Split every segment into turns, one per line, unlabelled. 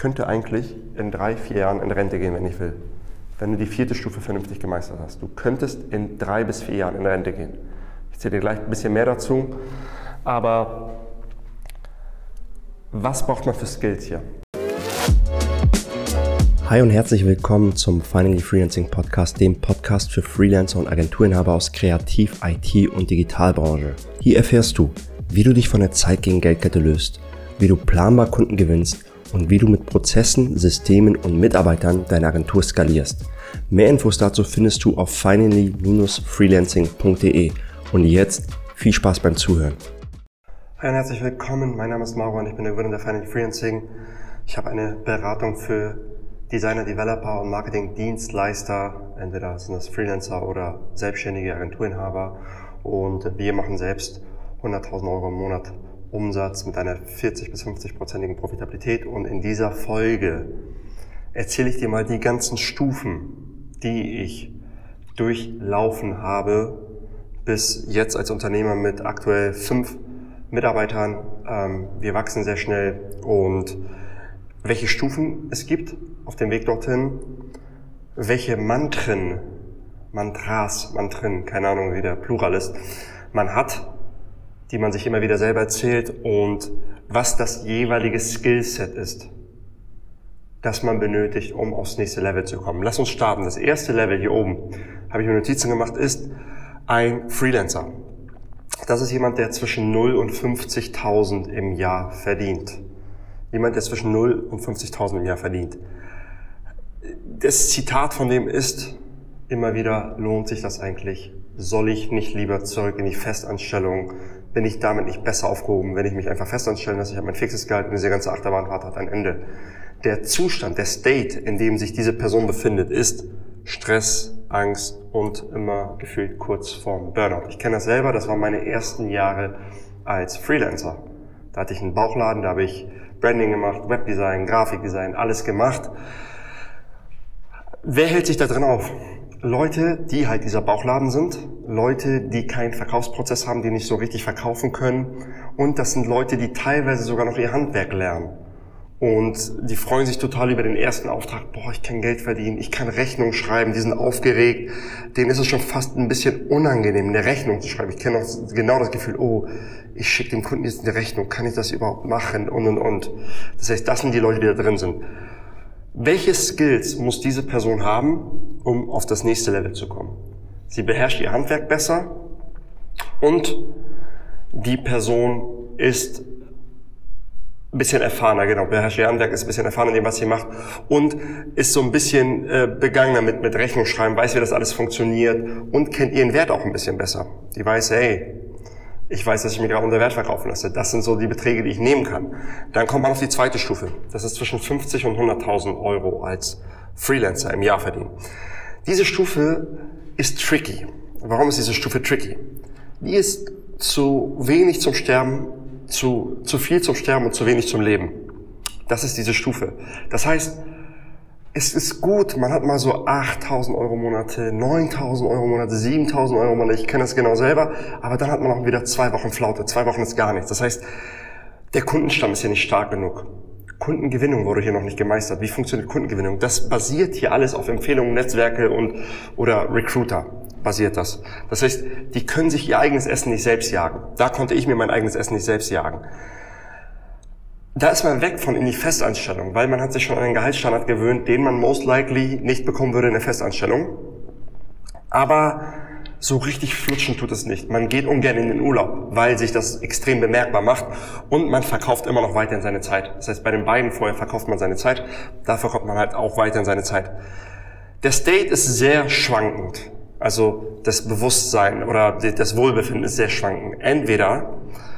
könnte eigentlich in 3-4 Jahren in Rente gehen, wenn ich will. Wenn du die 4. Stufe vernünftig gemeistert hast. Du könntest in 3 bis 4 Jahren in Rente gehen. Ich erzähle dir gleich ein bisschen mehr dazu. Aber was braucht man für Skills hier?
Hi und herzlich willkommen zum Finally Freelancing Podcast, dem Podcast für Freelancer und Agenturinhaber aus Kreativ-, IT- und Digitalbranche. Hier erfährst du, wie du dich von der Zeit gegen Geldkette löst, wie du planbar Kunden gewinnst und wie du mit Prozessen, Systemen und Mitarbeitern deine Agentur skalierst. Mehr Infos dazu findest du auf finally-freelancing.de. Und jetzt viel Spaß beim Zuhören.
Hi und herzlich willkommen, mein Name ist Mauro und ich bin der Gründer der Finally Freelancing. Ich habe eine Beratung für Designer, Developer und Marketing-Dienstleister, entweder sind das Freelancer oder selbstständige Agenturinhaber, und wir machen selbst 100.000 Euro im Monat Umsatz mit einer 40- bis 50%igen Profitabilität, und in dieser Folge erzähle ich dir mal die ganzen Stufen, die ich durchlaufen habe bis jetzt als Unternehmer mit aktuell 5 Mitarbeitern. Wir wachsen sehr schnell, und welche Stufen es gibt auf dem Weg dorthin, welche Mantren, keine Ahnung, wie der Plural ist, man hat, die man sich immer wieder selber erzählt, und was das jeweilige Skillset ist, das man benötigt, um aufs nächste Level zu kommen. Lass uns starten. Das erste Level hier oben, habe ich mir Notizen gemacht, ist ein Freelancer. Das ist jemand, der zwischen 0 und 50.000 im Jahr verdient. Jemand, der zwischen 0 und 50.000 im Jahr verdient. Das Zitat von dem ist immer wieder: Lohnt sich das eigentlich? Soll ich nicht lieber zurück in die Festanstellung? Bin ich damit nicht besser aufgehoben, wenn ich mich einfach festanstellen lasse? Ich habe mein fixes Gehalt und diese ganze Achterbahnfahrt hat ein Ende. Der Zustand, der State, in dem sich diese Person befindet, ist Stress, Angst und immer gefühlt kurz vorm Burnout. Ich kenne das selber, das waren meine ersten Jahre als Freelancer. Da hatte ich einen Bauchladen, da habe ich Branding gemacht, Webdesign, Grafikdesign, alles gemacht. Wer hält sich da drin auf? Leute, die halt dieser Bauchladen sind, Leute, die keinen Verkaufsprozess haben, die nicht so richtig verkaufen können, und das sind Leute, die teilweise sogar noch ihr Handwerk lernen. Und die freuen sich total über den ersten Auftrag. Boah, ich kann Geld verdienen, ich kann Rechnung schreiben, die sind aufgeregt. Denen ist es schon fast ein bisschen unangenehm, eine Rechnung zu schreiben. Ich kenne auch genau das Gefühl, oh, ich schicke dem Kunden jetzt eine Rechnung, kann ich das überhaupt machen, und. Das heißt, das sind die Leute, die da drin sind. Welche Skills muss diese Person haben, um auf das nächste Level zu kommen? Sie beherrscht ihr Handwerk besser, und die Person ist ein bisschen erfahrener, genau, beherrscht ihr Handwerk, ist ein bisschen erfahrener in dem, was sie macht, und ist so ein bisschen begangener mit Rechnung schreiben, weiß, wie das alles funktioniert, und kennt ihren Wert auch ein bisschen besser. Die weiß, hey, ich weiß, dass ich mir gerade unter Wert verkaufen lasse. Das sind so die Beträge, die ich nehmen kann. Dann kommt man auf die zweite Stufe. Das ist zwischen 50 und 100.000 Euro als Freelancer im Jahr verdienen. Diese Stufe ist tricky. Warum ist diese Stufe tricky? Die ist zu wenig zum Sterben, zu viel zum Sterben und zu wenig zum Leben. Das ist diese Stufe. Das heißt, es ist gut, man hat mal so 8.000 Euro Monate, 9.000 Euro Monate, 7.000 Euro Monate, ich kenne das genau selber, aber dann hat man auch wieder 2 Wochen Flaute, 2 Wochen ist gar nichts. Das heißt, der Kundenstamm ist hier nicht stark genug. Kundengewinnung wurde hier noch nicht gemeistert. Wie funktioniert Kundengewinnung? Das basiert hier alles auf Empfehlungen, Netzwerke oder Recruiter basiert das. Das heißt, die können sich ihr eigenes Essen nicht selbst jagen. Da konnte ich mir mein eigenes Essen nicht selbst jagen. Da ist man weg von in die Festanstellung, weil man hat sich schon an einen Gehaltsstandard gewöhnt, den man most likely nicht bekommen würde in der Festanstellung. Aber so richtig flutschen tut es nicht. Man geht ungern in den Urlaub, weil sich das extrem bemerkbar macht, und man verkauft immer noch weiterhin seine Zeit. Das heißt, bei den beiden vorher verkauft man seine Zeit, dafür kommt man halt auch weiterhin seine Zeit. Der State ist sehr schwankend. Also das Bewusstsein oder das Wohlbefinden ist sehr schwankend. Entweder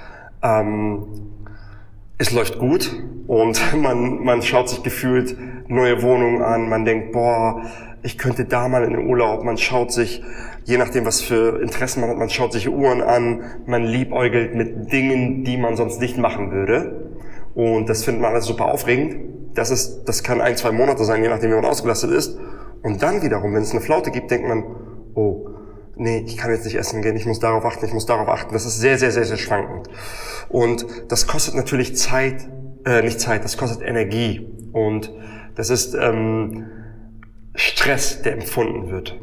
es läuft gut und man schaut sich gefühlt neue Wohnungen an, man denkt, boah, ich könnte da mal in den Urlaub, man schaut sich, je nachdem was für Interessen man hat, man schaut sich Uhren an, man liebäugelt mit Dingen, die man sonst nicht machen würde, und das findet man alles super aufregend. Das kann 1-2 Monate sein, je nachdem wie man ausgelastet ist, und dann wiederum, wenn es eine Flaute gibt, denkt man, oh, nee, ich kann jetzt nicht essen gehen, ich muss darauf achten. Das ist sehr, sehr, sehr, sehr schwankend. Und das kostet natürlich das kostet Energie. Und das ist Stress, der empfunden wird.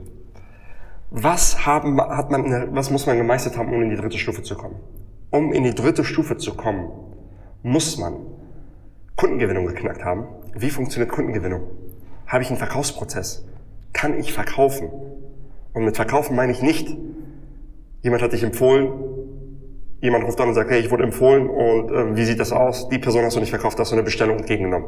Was muss man gemeistert haben, um in die dritte Stufe zu kommen? Um in die dritte Stufe zu kommen, muss man Kundengewinnung geknackt haben. Wie funktioniert Kundengewinnung? Habe ich einen Verkaufsprozess? Kann ich verkaufen? Und mit verkaufen meine ich nicht, jemand hat dich empfohlen, jemand ruft an und sagt, hey, ich wurde empfohlen und wie sieht das aus? Die Person hast du nicht verkauft, hast du eine Bestellung entgegengenommen.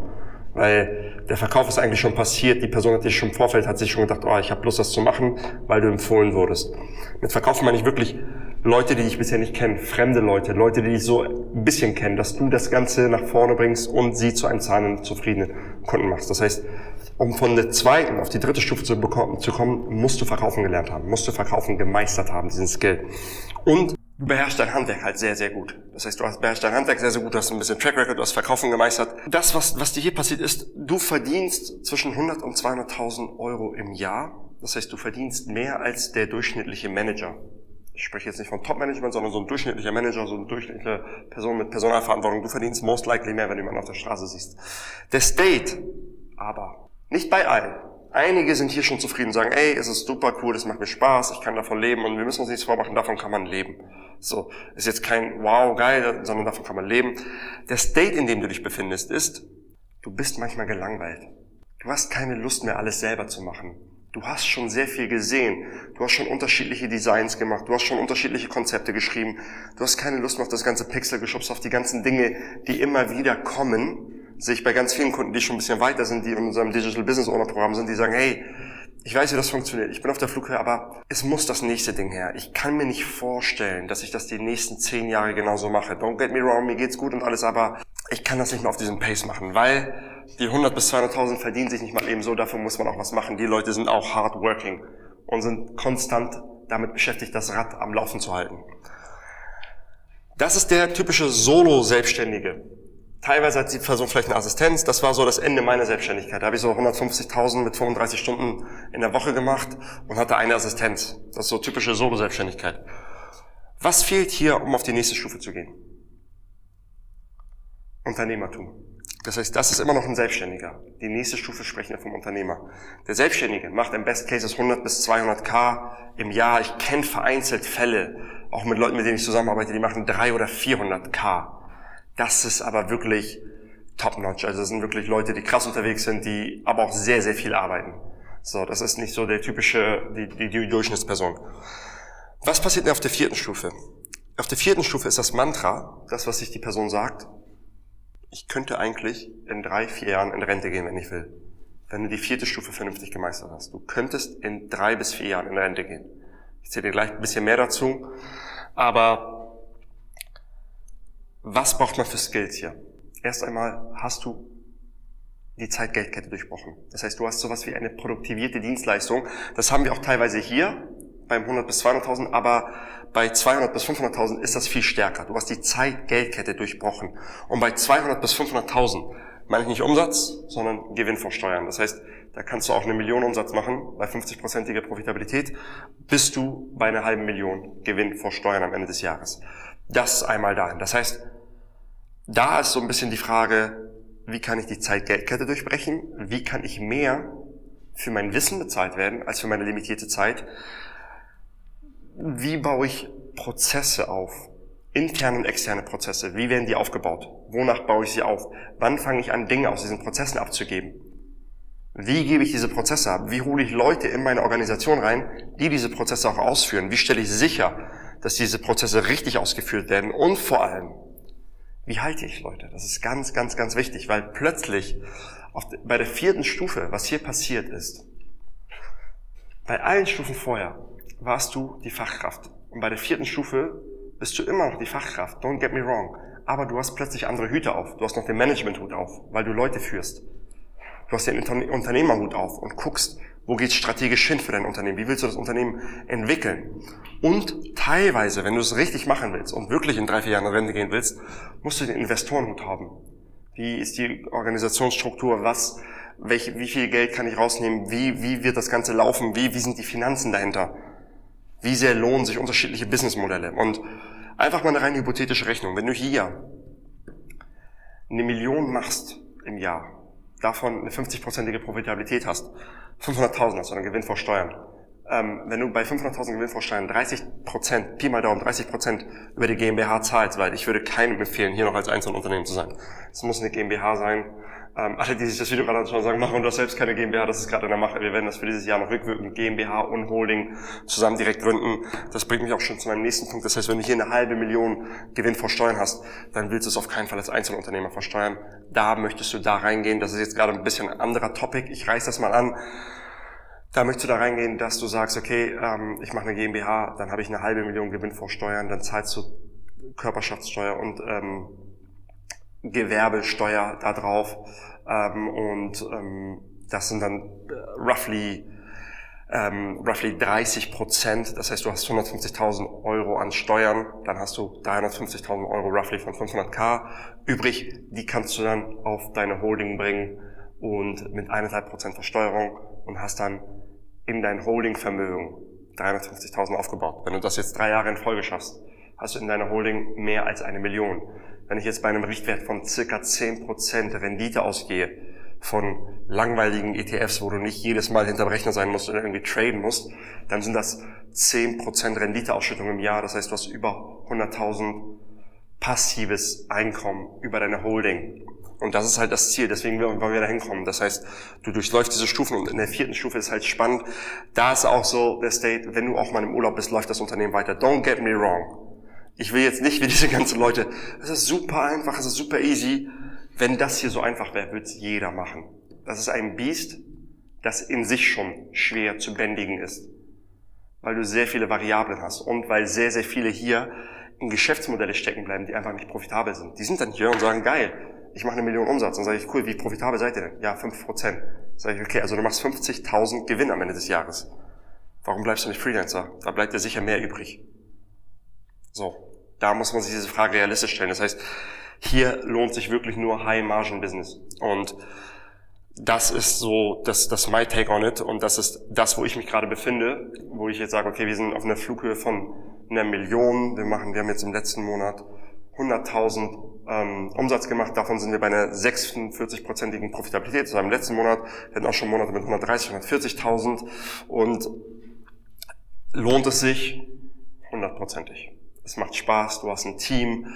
Weil der Verkauf ist eigentlich schon passiert, die Person hat sich schon im Vorfeld, hat sich schon gedacht, oh, ich habe Lust, das zu machen, weil du empfohlen wurdest. Mit Verkaufen meine ich wirklich Leute, die dich bisher nicht kennen, fremde Leute, Leute, die dich so ein bisschen kennen, dass du das Ganze nach vorne bringst und sie zu einem zahlenden, zufriedenen Kunden machst. Das heißt, um von der zweiten auf die dritte Stufe zu kommen, musst du Verkaufen gelernt haben, musst du Verkaufen gemeistert haben, diesen Skill. Und du beherrschst dein Handwerk halt sehr, sehr gut. Das heißt, du beherrschst dein Handwerk sehr, sehr gut, du hast ein bisschen Track Record, du hast Verkaufen gemeistert. Das, was dir hier passiert ist, du verdienst zwischen 100 und 200.000 Euro im Jahr. Das heißt, du verdienst mehr als der durchschnittliche Manager. Ich spreche jetzt nicht von Top-Management, sondern so ein durchschnittlicher Manager, so eine durchschnittliche Person mit Personalverantwortung. Du verdienst most likely mehr, wenn du jemanden auf der Straße siehst. Der State aber, nicht bei allen. Einige sind hier schon zufrieden und sagen, ey, es ist super cool, das macht mir Spaß, ich kann davon leben und wir müssen uns nichts vormachen, davon kann man leben. So, ist jetzt kein wow, geil, sondern davon kann man leben. Der State, in dem du dich befindest, ist, du bist manchmal gelangweilt. Du hast keine Lust mehr, alles selber zu machen. Du hast schon sehr viel gesehen. Du hast schon unterschiedliche Designs gemacht. Du hast schon unterschiedliche Konzepte geschrieben. Du hast keine Lust mehr auf das ganze Pixelgeschubs, auf die ganzen Dinge, die immer wieder kommen. Sehe ich bei ganz vielen Kunden, die schon ein bisschen weiter sind, die in unserem Digital Business Owner Programm sind, die sagen, hey, ich weiß, wie das funktioniert. Ich bin auf der Flughöhe, aber es muss das nächste Ding her. Ich kann mir nicht vorstellen, dass ich das die nächsten 10 Jahre genauso mache. Don't get me wrong, mir geht's gut und alles, aber ich kann das nicht mehr auf diesem Pace machen, weil die 100 bis 200.000 verdienen sich nicht mal eben so. Dafür muss man auch was machen. Die Leute sind auch hard working und sind konstant damit beschäftigt, das Rad am Laufen zu halten. Das ist der typische Solo-Selbstständige. Teilweise hat die Person vielleicht eine Assistenz. Das war so das Ende meiner Selbstständigkeit. Da habe ich so 150.000 mit 35 Stunden in der Woche gemacht und hatte eine Assistenz. Das ist so typische Solo-Selbstständigkeit. Was fehlt hier, um auf die nächste Stufe zu gehen? Unternehmertum. Das heißt, das ist immer noch ein Selbstständiger. Die nächste Stufe sprechen wir vom Unternehmer. Der Selbstständige macht im Best Cases 100 bis 200.000 im Jahr. Ich kenne vereinzelt Fälle, auch mit Leuten, mit denen ich zusammenarbeite, die machen 300.000 oder 400.000. Das ist aber wirklich top-notch. Also das sind wirklich Leute, die krass unterwegs sind, die aber auch sehr, sehr viel arbeiten. So, das ist nicht so der typische, die Durchschnittsperson. Was passiert denn auf der vierten Stufe? Auf der vierten Stufe ist das Mantra, das, was sich die Person sagt, ich könnte eigentlich in 3-4 Jahren in Rente gehen, wenn ich will. Wenn du die vierte Stufe vernünftig gemeistert hast. Du könntest in 3 bis 4 Jahren in Rente gehen. Ich erzähle dir gleich ein bisschen mehr dazu. Aber was braucht man für Skills hier? Erst einmal hast du die Zeit-Geld-Kette durchbrochen. Das heißt, du hast sowas wie eine produktivierte Dienstleistung. Das haben wir auch teilweise hier beim 100 bis 200.000, aber bei 200 bis 500.000 ist das viel stärker. Du hast die Zeit-Geld-Kette durchbrochen. Und bei 200 bis 500.000 meine ich nicht Umsatz, sondern Gewinn vor Steuern. Das heißt, da kannst du auch 1 Million Umsatz machen. Bei 50%iger Profitabilität bist du bei einer halben Million Gewinn vor Steuern am Ende des Jahres. Das einmal dahin. Das heißt, da ist so ein bisschen die Frage, wie kann ich die Zeit-Geld-Kette durchbrechen? Wie kann ich mehr für mein Wissen bezahlt werden als für meine limitierte Zeit? Wie baue ich Prozesse auf? Interne und externe Prozesse. Wie werden die aufgebaut? Wonach baue ich sie auf? Wann fange ich an, Dinge aus diesen Prozessen abzugeben? Wie gebe ich diese Prozesse ab? Wie hole ich Leute in meine Organisation rein, die diese Prozesse auch ausführen? Wie stelle ich sicher, dass diese Prozesse richtig ausgeführt werden? Und vor allem, wie halte ich Leute? Das ist ganz, ganz, ganz wichtig, weil plötzlich bei der vierten Stufe, was hier passiert ist, bei allen Stufen vorher warst du die Fachkraft. Und bei der vierten Stufe bist du immer noch die Fachkraft. Don't get me wrong. Aber du hast plötzlich andere Hüte auf. Du hast noch den Managementhut auf, weil du Leute führst. Du hast den Unternehmerhut auf und guckst, wo geht's strategisch hin für dein Unternehmen? Wie willst du das Unternehmen entwickeln? Und teilweise, wenn du es richtig machen willst und wirklich in 3-4 Jahren in Rente gehen willst, musst du den Investorenhut haben. Wie ist die Organisationsstruktur? Wie viel Geld kann ich rausnehmen? Wie wird das Ganze laufen? Wie sind die Finanzen dahinter? Wie sehr lohnen sich unterschiedliche Businessmodelle? Und einfach mal eine rein hypothetische Rechnung. Wenn du hier 1 Million machst im Jahr, davon eine 50-prozentige Profitabilität hast, 500.000 hast du dann Gewinn vor Steuern. Wenn du bei 500.000 Gewinn vor Steuern 30%, Pi mal Daumen 30% über die GmbH zahlst, weil ich würde keinem empfehlen, hier noch als Einzelunternehmen zu sein. Es muss eine GmbH sein. Alle, die sich das Video gerade anschauen, sagen, machen du hast selbst keine GmbH, das ist gerade in der Mache. Wir werden das für dieses Jahr noch rückwirkend GmbH und Holding zusammen direkt gründen. Das bringt mich auch schon zu meinem nächsten Punkt. Das heißt, wenn du hier eine halbe Million Gewinn vor Steuern hast, dann willst du es auf keinen Fall als Einzelunternehmer versteuern. Da möchtest du da reingehen. Das ist jetzt gerade ein bisschen ein anderer Topic. Ich reiß das mal an. Da möchtest du da reingehen, dass du sagst, okay, ich mache eine GmbH, dann habe ich eine halbe Million Gewinn vor Steuern, dann zahlst du Körperschaftssteuer und Gewerbesteuer da drauf, das sind dann roughly 30%. Das heißt, du hast 150.000 Euro an Steuern, dann hast du 350.000 Euro roughly von 500.000 übrig. Die kannst du dann auf deine Holding bringen und mit 1,5% Versteuerung und hast dann in dein Holdingvermögen 350.000 aufgebaut. Wenn du das jetzt 3 Jahre in Folge schaffst, hast du in deiner Holding mehr als 1 Million. Wenn ich jetzt bei einem Richtwert von circa 10% Rendite ausgehe, von langweiligen ETFs, wo du nicht jedes Mal hinterm Rechner sein musst oder irgendwie traden musst, dann sind das 10% Renditeausschüttung im Jahr. Das heißt, du hast über 100.000 passives Einkommen über deine Holding. Und das ist halt das Ziel, deswegen wollen wir da hinkommen. Das heißt, du durchläufst diese Stufen und in der 4. Stufe ist halt spannend. Da ist auch so der State, wenn du auch mal im Urlaub bist, läuft das Unternehmen weiter. Don't get me wrong. Ich will jetzt nicht wie diese ganzen Leute, es ist super einfach, es ist super easy. Wenn das hier so einfach wäre, würde es jeder machen. Das ist ein Biest, das in sich schon schwer zu bändigen ist. Weil du sehr viele Variablen hast und weil sehr, sehr viele hier in Geschäftsmodelle stecken bleiben, die einfach nicht profitabel sind. Die sind dann hier und sagen, geil, ich mache 1 Million Umsatz. Dann sage ich, cool, wie profitabel seid ihr denn? Ja, 5%. Sage ich, okay, also du machst 50.000 Gewinn am Ende des Jahres. Warum bleibst du nicht Freelancer? Da bleibt dir sicher mehr übrig. So, da muss man sich diese Frage realistisch stellen. Das heißt, hier lohnt sich wirklich nur High-Margin-Business. Und das ist so das my take on it. Und das ist das, wo ich mich gerade befinde, wo ich jetzt sage, okay, wir sind auf einer Flughöhe von 1 Million. Wir haben jetzt im letzten Monat 100.000 Umsatz gemacht. Davon sind wir bei einer 46%igen Profitabilität. Also im letzten Monat, wir hatten auch schon Monate mit 130.000, 140.000. Und lohnt es sich? 100%ig. Es macht Spaß, du hast ein Team,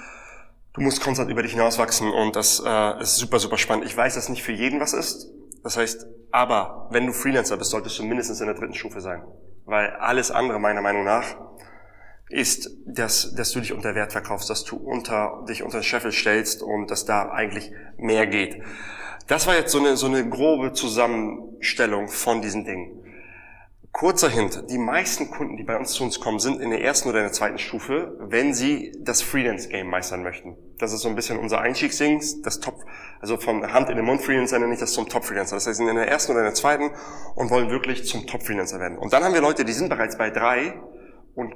du musst konstant über dich hinauswachsen und das ist super, super spannend. Ich weiß, dass nicht für jeden was ist. Das heißt, aber wenn du Freelancer bist, solltest du mindestens in der 3. Stufe sein. Weil alles andere, meiner Meinung nach, ist, dass du dich unter Wert verkaufst, dass du dich unter den Scheffel stellst und dass da eigentlich mehr geht. Das war jetzt so eine grobe Zusammenstellung von diesen Dingen. Kurzer Hint, die meisten Kunden, die bei uns zu uns kommen, sind in der 1. oder in der 2. Stufe, wenn sie das Freelance-Game meistern möchten. Das ist so ein bisschen unser Einstiegsding, das Top, also von Hand in den Mund Freelancer nenne ich das zum Top-Freelancer. Das heißt, sie sind in der 1. oder in der 2. und wollen wirklich zum Top-Freelancer werden. Und dann haben wir Leute, die sind bereits bei 3 und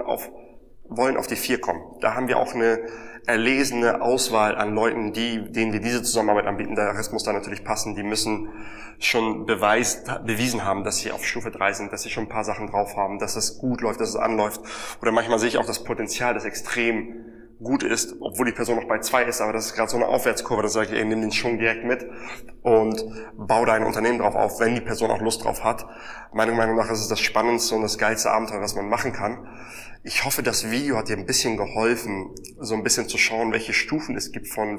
wollen auf die 4 kommen. Da haben wir auch eine erlesene Auswahl an Leuten, denen wir diese Zusammenarbeit anbieten. Der Rest muss da natürlich passen. Die müssen schon bewiesen haben, dass sie auf Stufe 3 sind, dass sie schon ein paar Sachen drauf haben, dass es gut läuft, dass es anläuft. Oder manchmal sehe ich auch das Potenzial, das extrem gut ist, obwohl die Person noch bei 2 ist, aber das ist gerade so eine Aufwärtskurve, da sage ich, nimm den Schwung direkt mit und bau dein Unternehmen drauf auf, wenn die Person auch Lust drauf hat. Meiner Meinung nach ist es das spannendste und das geilste Abenteuer, was man machen kann. Ich hoffe, das Video hat dir ein bisschen geholfen, so ein bisschen zu schauen, welche Stufen es gibt von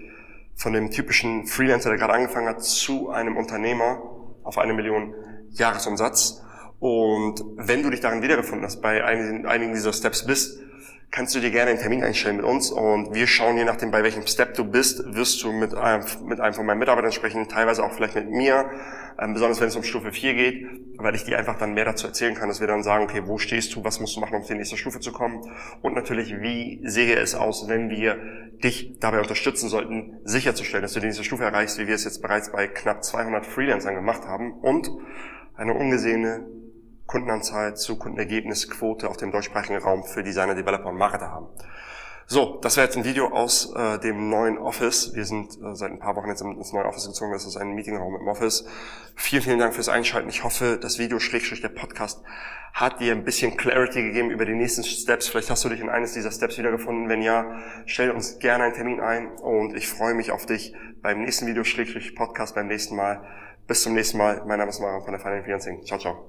dem typischen Freelancer, der gerade angefangen hat, zu einem Unternehmer auf 1 Million Jahresumsatz. Und wenn du dich darin wiedergefunden hast, bei einigen dieser Steps bist, kannst du dir gerne einen Termin einstellen mit uns und wir schauen, je nachdem, bei welchem Step du bist, wirst du mit einem von meinen Mitarbeitern sprechen, teilweise auch vielleicht mit mir, besonders wenn es um Stufe 4 geht, weil ich dir einfach dann mehr dazu erzählen kann, dass wir dann sagen, okay, wo stehst du, was musst du machen, um auf die nächste Stufe zu kommen und natürlich, wie sehe es aus, wenn wir dich dabei unterstützen sollten, sicherzustellen, dass du die nächste Stufe erreichst, wie wir es jetzt bereits bei knapp 200 Freelancern gemacht haben und eine ungesehene Kundenanzahl zu Kundenergebnisquote auf dem deutschsprachigen Raum für Designer, Developer und Marketer haben. So, das wäre jetzt ein Video aus dem neuen Office. Wir sind seit ein paar Wochen jetzt ins neue Office gezogen. Das ist ein Meetingraum im Office. Vielen, vielen Dank fürs Einschalten. Ich hoffe, das Video / der Podcast hat dir ein bisschen Clarity gegeben über die nächsten Steps. Vielleicht hast du dich in eines dieser Steps wiedergefunden. Wenn ja, stell uns gerne einen Termin ein und ich freue mich auf dich beim nächsten Video / Podcast beim nächsten Mal. Bis zum nächsten Mal. Mein Name ist Maran von der Financial Freelancing. Ciao, ciao.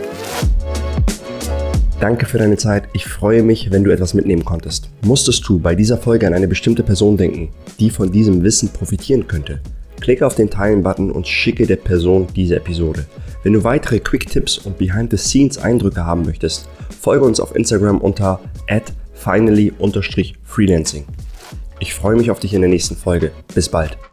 Danke für deine Zeit. Ich freue mich, wenn du etwas mitnehmen konntest. Musstest du bei dieser Folge an eine bestimmte Person denken, die von diesem Wissen profitieren könnte? Klicke auf den Teilen-Button und schicke der Person diese Episode. Wenn du weitere Quick-Tipps und Behind-the-Scenes-Eindrücke haben möchtest, folge uns auf Instagram unter @finally_freelancing. Ich freue mich auf dich in der nächsten Folge. Bis bald.